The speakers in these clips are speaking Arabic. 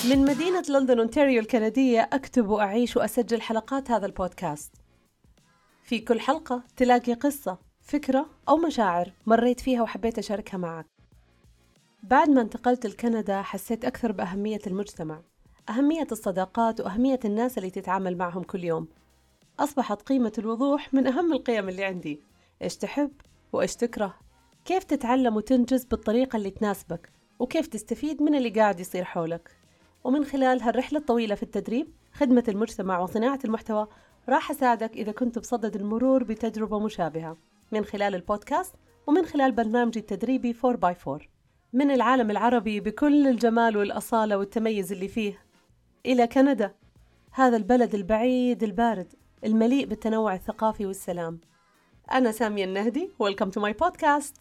من مدينة لندن أونتاريو الكندية أكتب وأعيش وأسجل حلقات هذا البودكاست. في كل حلقة تلاقي قصة، فكرة أو مشاعر مريت فيها وحبيت أشاركها معك. بعد ما انتقلت لكندا حسيت أكثر بأهمية المجتمع، أهمية الصداقات وأهمية الناس اللي تتعامل معهم كل يوم. أصبحت قيمة الوضوح من أهم القيم اللي عندي. إيش تحب وإيش تكره، كيف تتعلم وتنجز بالطريقة اللي تناسبك، وكيف تستفيد من اللي قاعد يصير حولك. ومن خلال هالرحلة الطويلة في التدريب، خدمة المجتمع وصناعة المحتوى، راح أساعدك إذا كنت بصدد المرور بتجربة مشابهة من خلال البودكاست ومن خلال برنامجي التدريبي 4x4 من العالم العربي بكل الجمال والأصالة والتميز اللي فيه إلى كندا، هذا البلد البعيد البارد المليء بالتنوع الثقافي والسلام. أنا سامية النهدي. Welcome to my podcast.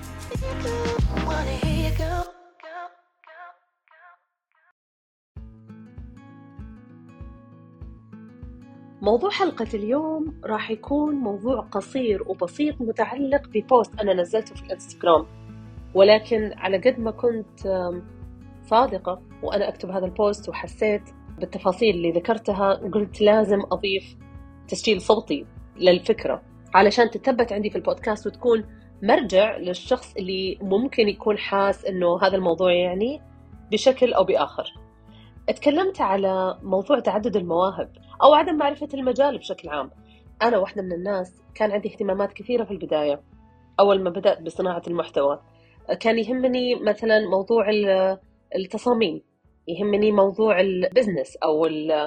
موضوع حلقة اليوم راح يكون موضوع قصير وبسيط متعلق ببوست أنا نزلته في الانستغرام، ولكن على قد ما كنت صادقة وأنا أكتب هذا البوست وحسيت بالتفاصيل اللي ذكرتها، قلت لازم أضيف تسجيل صوتي للفكرة علشان تثبت عندي في البودكاست وتكون مرجع للشخص اللي ممكن يكون حاس إنه هذا الموضوع يعني بشكل أو بآخر. اتكلمت على موضوع تعدد المواهب أو عدم معرفة المجال بشكل عام. أنا واحدة من الناس كان عندي اهتمامات كثيرة في البداية. أول ما بدأت بصناعة المحتوى كان يهمني مثلا موضوع التصاميم، يهمني موضوع البزنس أو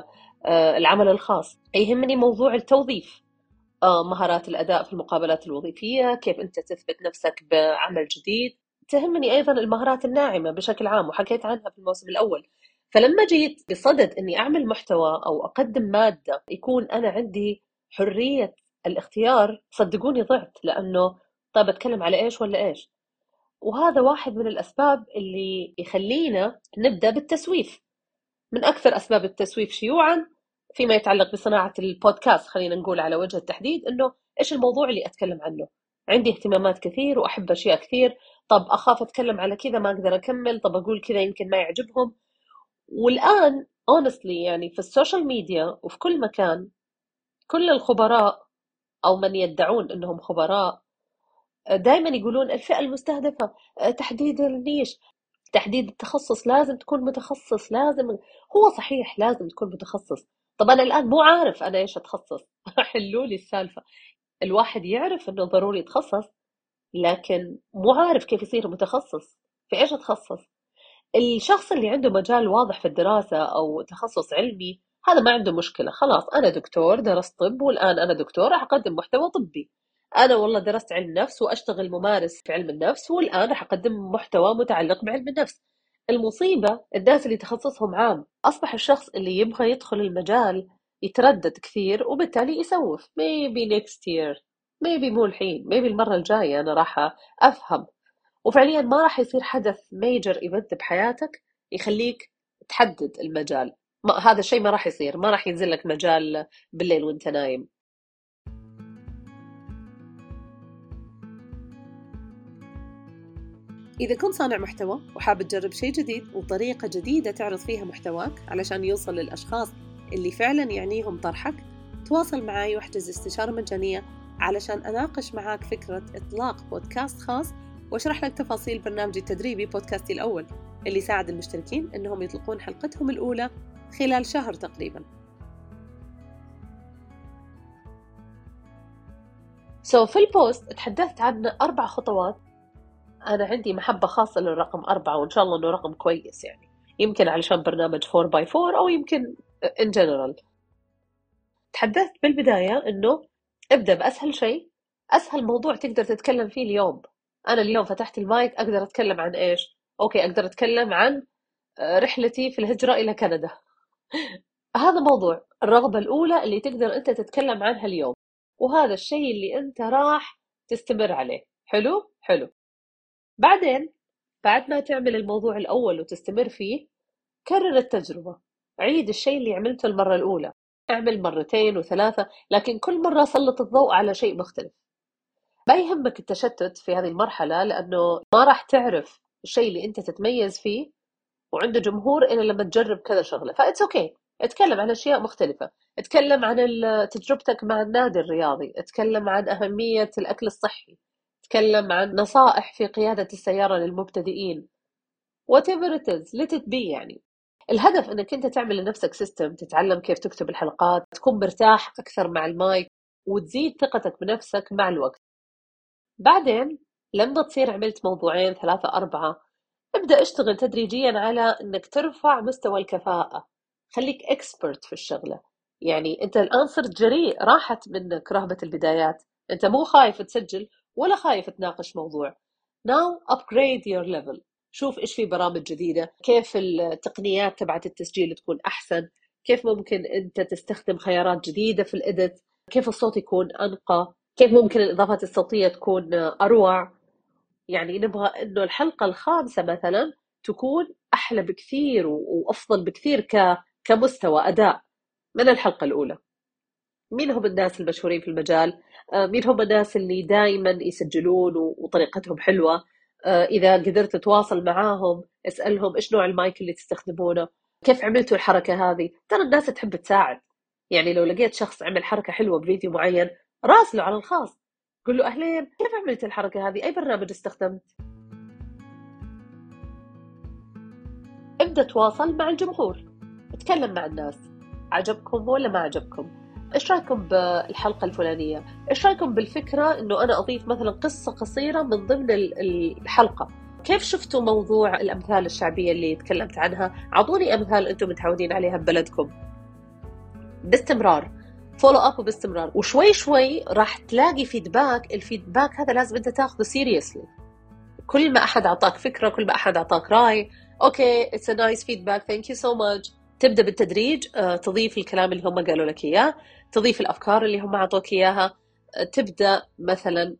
العمل الخاص، يهمني موضوع التوظيف، مهارات الأداء في المقابلات الوظيفية، كيف أنت تثبت نفسك بعمل جديد. تهمني أيضا المهارات الناعمة بشكل عام وحكيت عنها في الموسم الأول. فلما جيت بصدد أني أعمل محتوى أو أقدم مادة يكون أنا عندي حرية الاختيار، صدقوني ضعت، لأنه طيب أتكلم على إيش ولا إيش. وهذا واحد من الأسباب اللي يخلينا نبدأ بالتسويف. من أكثر أسباب التسويف شيوعاً فيما يتعلق بصناعة البودكاست، خلينا نقول على وجه التحديد، إنه إيش الموضوع اللي أتكلم عنه. عندي اهتمامات كثير وأحب أشياء كثير، طب أخاف أتكلم على كذا ما أقدر أكمل، طب أقول كذا يمكن ما يعجبهم. والآن honestly يعني في السوشيال ميديا وفي كل مكان، كل الخبراء أو من يدعون إنهم خبراء دائما يقولون الفئة المستهدفة، تحديد النيش، تحديد التخصص، لازم تكون متخصص، لازم. هو صحيح لازم تكون متخصص. طب أنا الآن مو عارف أنا إيش أتخصص. حلوا لي السالفة. الواحد يعرف إنه ضروري يتخصص، لكن مو عارف كيف يصير متخصص في إيش أتخصص. الشخص اللي عنده مجال واضح في الدراسة أو تخصص علمي، هذا ما عنده مشكلة. خلاص أنا دكتور درست طب والآن أنا دكتور راح أقدم محتوى طبي. أنا والله درست علم نفس وأشتغل ممارس في علم النفس والآن راح أقدم محتوى متعلق بعلم النفس. المصيبة الناس اللي تخصصهم عام، أصبح الشخص اللي يبغى يدخل المجال يتردد كثير وبالتالي يسوف. maybe next year، maybe مو الحين، maybe المرة الجاية أنا راح أفهم. وفعليا ما راح يصير حدث ميجر ايفنت بحياتك يخليك تحدد المجال. هذا الشيء ما راح يصير، ما راح ينزل لك مجال بالليل وانت نايم. إذا كنت صانع محتوى وحاب تجرب شيء جديد وطريقة جديدة تعرض فيها محتواك علشان يوصل للأشخاص اللي فعلا يعنيهم طرحك، تواصل معي واحجز استشارة مجانية علشان أناقش معاك فكرة إطلاق بودكاست خاص واشرح لك تفاصيل برنامجي التدريبي بودكاستي الأول اللي يساعد المشتركين إنهم يطلقون حلقتهم الأولى خلال شهر تقريبا. في البوست تحدثت عن 4 خطوات. أنا عندي محبة خاصة للرقم 4 وإن شاء الله إنه رقم كويس، يعني يمكن علشان برنامج 4x4 أو يمكن in general. تحدثت بالبداية إنه ابدأ بأسهل شيء، أسهل موضوع تقدر تتكلم فيه اليوم. أنا اليوم فتحت المايك، أقدر أتكلم عن إيش؟ أوكي، أقدر أتكلم عن رحلتي في الهجرة إلى كندا. هذا موضوع الرغبة الأولى اللي تقدر أنت تتكلم عنها اليوم، وهذا الشيء اللي أنت راح تستمر عليه. حلو حلو. بعدين بعد ما تعمل الموضوع الأول وتستمر فيه، كرر التجربة. عيد الشيء اللي عملته المرة الأولى، اعمل 2 و3، لكن كل مرة سلط الضوء على شيء مختلف. ما يهمك التشتت في هذه المرحلة، لأنه ما راح تعرف الشيء اللي أنت تتميز فيه وعنده جمهور إلا لما تجرب كذا شغلة. فإتس أوكي، اتكلم عن أشياء مختلفة، اتكلم عن تجربتك مع النادي الرياضي، اتكلم عن أهمية الأكل الصحي، اتكلم عن نصائح في قيادة السيارة للمبتدئين. whatever it is let it be. يعني الهدف انك انت تعمل لنفسك سيستم، تتعلم كيف تكتب الحلقات، تكون مرتاح اكثر مع المايك، وتزيد ثقتك بنفسك مع الوقت. بعدين لما تصير عملت موضوعين ثلاثة أربعة، ابدأ اشتغل تدريجيا على انك ترفع مستوى الكفاءة. خليك اكسبرت في الشغلة. يعني انت الآن صرت جريء، راحت منك رهبة البدايات، انت مو خايف تسجل ولا خايف تناقش موضوع. now upgrade your level. شوف ايش في برامج جديدة، كيف التقنيات تبعت التسجيل تكون احسن، كيف ممكن انت تستخدم خيارات جديدة في الاديت، كيف الصوت يكون انقى، كيف ممكن الاضافات الصوتية تكون اروع. يعني نبغى انه الحلقة الخامسة مثلا تكون احلى بكثير وافضل بكثير كمستوى اداء من الحلقة الاولى. مين هم الناس المشهورين في المجال؟ مين هم الناس اللي دائما يسجلون وطريقتهم حلوة؟ إذا قدرت تتواصل معاهم اسألهم إيش نوع المايك اللي تستخدمونه، كيف عملتوا الحركة هذه. ترى الناس تحب تساعد. يعني لو لقيت شخص عمل حركة حلوة بفيديو معين، راسله على الخاص، قل له أهلين، كيف عملت الحركة هذه؟ أي برنامج استخدمت؟ ابدأ تواصل مع الجمهور، اتكلم مع الناس، عجبكم ولا ما عجبكم؟ ايش رايكم بالحلقة الفلانية؟ ايش رايكم بالفكرة انه انا اضيف مثلا قصة قصيرة من ضمن الحلقة؟ كيف شفتوا موضوع الامثال الشعبية اللي تكلمت عنها؟ اعطوني امثال انتم متعودين عليها ببلدكم. باستمرار فولو اب، وباستمرار، وشوي شوي راح تلاقي فيدباك. الفيدباك هذا لازم انت تاخذه سيريسلي. كل ما احد اعطاك فكرة، كل ما احد اعطاك راي، اوكي اتس ا نايس فيدباك، ثانك يو سو ماتش. تبدا بالتدريج، تضيف الكلام اللي هم قالوا لك اياه، تضيف الافكار اللي هم اعطوك اياها، تبدا مثلا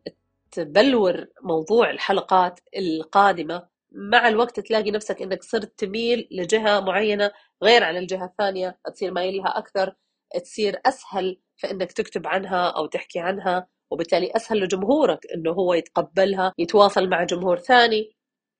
تبلور موضوع الحلقات القادمه. مع الوقت تلاقي نفسك انك صرت تميل لجهه معينه غير عن الجهه الثانيه، تصير مايل لها اكثر، تصير اسهل في انك تكتب عنها او تحكي عنها، وبالتالي اسهل لجمهورك انه هو يتقبلها، يتواصل مع جمهور ثاني،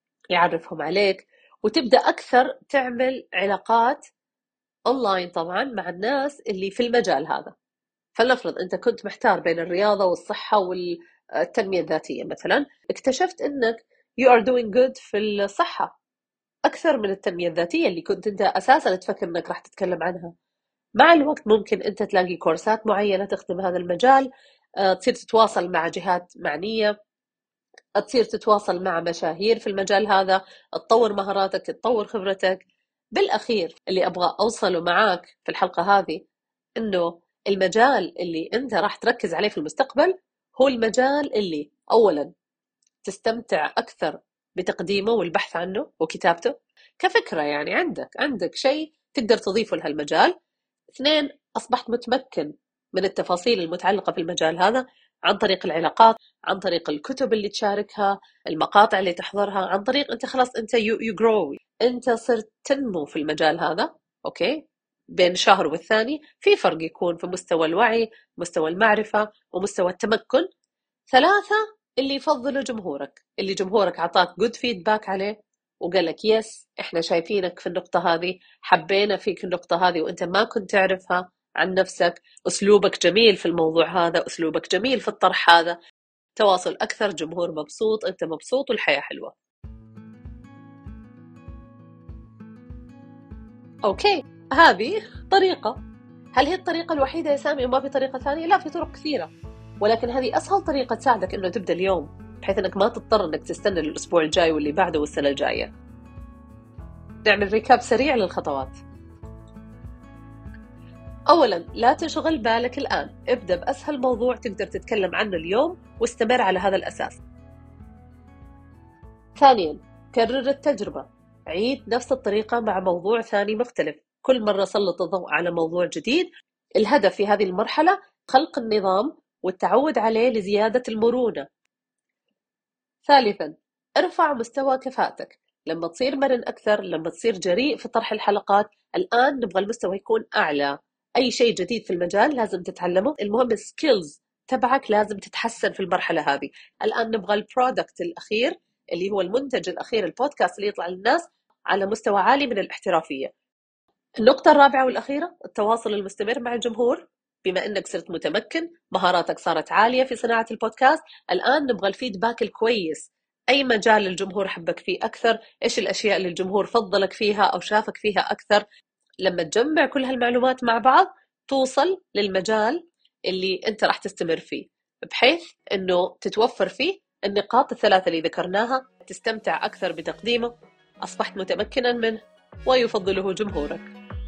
يعرفهم عليك، وتبدأ أكثر تعمل علاقات أونلاين طبعا مع الناس اللي في المجال هذا. فلنفرض أنت كنت محتار بين الرياضة والصحة والتنمية الذاتية مثلا، اكتشفت أنك you are doing good في الصحة أكثر من التنمية الذاتية اللي كنت أنت أساسا تفكر أنك راح تتكلم عنها. مع الوقت ممكن أنت تلاقي كورسات معينة تخدم هذا المجال، تصير تتواصل مع جهات معنية، تصير تتواصل مع مشاهير في المجال هذا، تطور مهاراتك، تطور خبرتك. بالأخير اللي أبغى أوصله معاك في الحلقة هذه إنه المجال اللي أنت راح تركز عليه في المستقبل هو المجال اللي أولا تستمتع أكثر بتقديمه والبحث عنه وكتابته كفكرة. يعني عندك شيء تقدر تضيفه لهالمجال. اثنين، أصبحت متمكن من التفاصيل المتعلقة في المجال هذا عن طريق العلاقات، عن طريق الكتب اللي تشاركها، المقاطع اللي تحضرها، عن طريق أنت خلاص أنت you grow، أنت صرت تنمو في المجال هذا. أوكي، بين شهر والثاني في فرق يكون في مستوى الوعي، مستوى المعرفة، ومستوى التمكن. ثلاثة، اللي يفضله جمهورك، اللي جمهورك عطاك good feedback عليه وقال لك يس احنا شايفينك في النقطة هذه، حبينا فيك النقطة هذه وانت ما كنت تعرفها عن نفسك، اسلوبك جميل في الموضوع هذا، اسلوبك جميل في الطرح هذا. تواصل اكثر، جمهور مبسوط، انت مبسوط، والحياة حلوة. اوكي، هذه طريقة. هل هي الطريقة الوحيدة يا سامي وما في طريقة ثانية؟ لا، في طرق كثيرة، ولكن هذه أسهل طريقة تساعدك إنه تبدأ اليوم، بحيث إنك ما تضطر إنك تستنى للأسبوع الجاي واللي بعده والسنة الجاية. نعمل ريكاب سريع للخطوات. أولاً، لا تشغل بالك الآن، ابدأ بأسهل موضوع تقدر تتكلم عنه اليوم واستمر على هذا الأساس. ثانياً، كرر التجربة، عيد نفس الطريقة مع موضوع ثاني مختلف، كل مرة سلط الضوء على موضوع جديد. الهدف في هذه المرحلة خلق النظام والتعود عليه لزيادة المرونة. ثالثاً، ارفع مستوى كفاءتك. لما تصير مرن أكثر، لما تصير جريء في طرح الحلقات، الآن نبغى المستوى يكون أعلى. أي شيء جديد في المجال لازم تتعلمه، المهم السكيلز تبعك لازم تتحسن في المرحلة هذه. الآن نبغى البرودكت الأخير اللي هو المنتج الأخير، البودكاست اللي يطلع للناس، على مستوى عالي من الاحترافية. النقطة الرابعة والأخيرة، التواصل المستمر مع الجمهور. بما أنك صرت متمكن، مهاراتك صارت عالية في صناعة البودكاست، الآن نبغى الفيدباك الكويس. أي مجال الجمهور حبك فيه أكثر؟ إيش الأشياء اللي الجمهور فضلك فيها أو شافك فيها أكثر؟ لما تجمع كل هالمعلومات مع بعض توصل للمجال اللي أنت راح تستمر فيه، بحيث أنه تتوفر فيه النقاط الثلاثة اللي ذكرناها، تستمتع أكثر بتقديمه، أصبحت متمكنا منه، ويفضله جمهورك.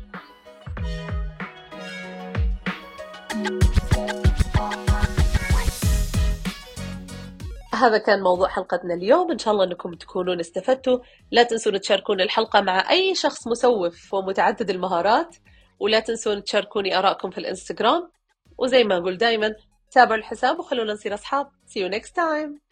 هذا كان موضوع حلقتنا اليوم، إن شاء الله أنكم تكونون استفدتوا. لا تنسون تشاركون الحلقة مع أي شخص مسوف ومتعدد المهارات، ولا تنسون تشاركوني آراءكم في الإنستغرام، وزي ما أقول دايما تابعوا الحساب وخلونا نصير أصحاب. See you next time.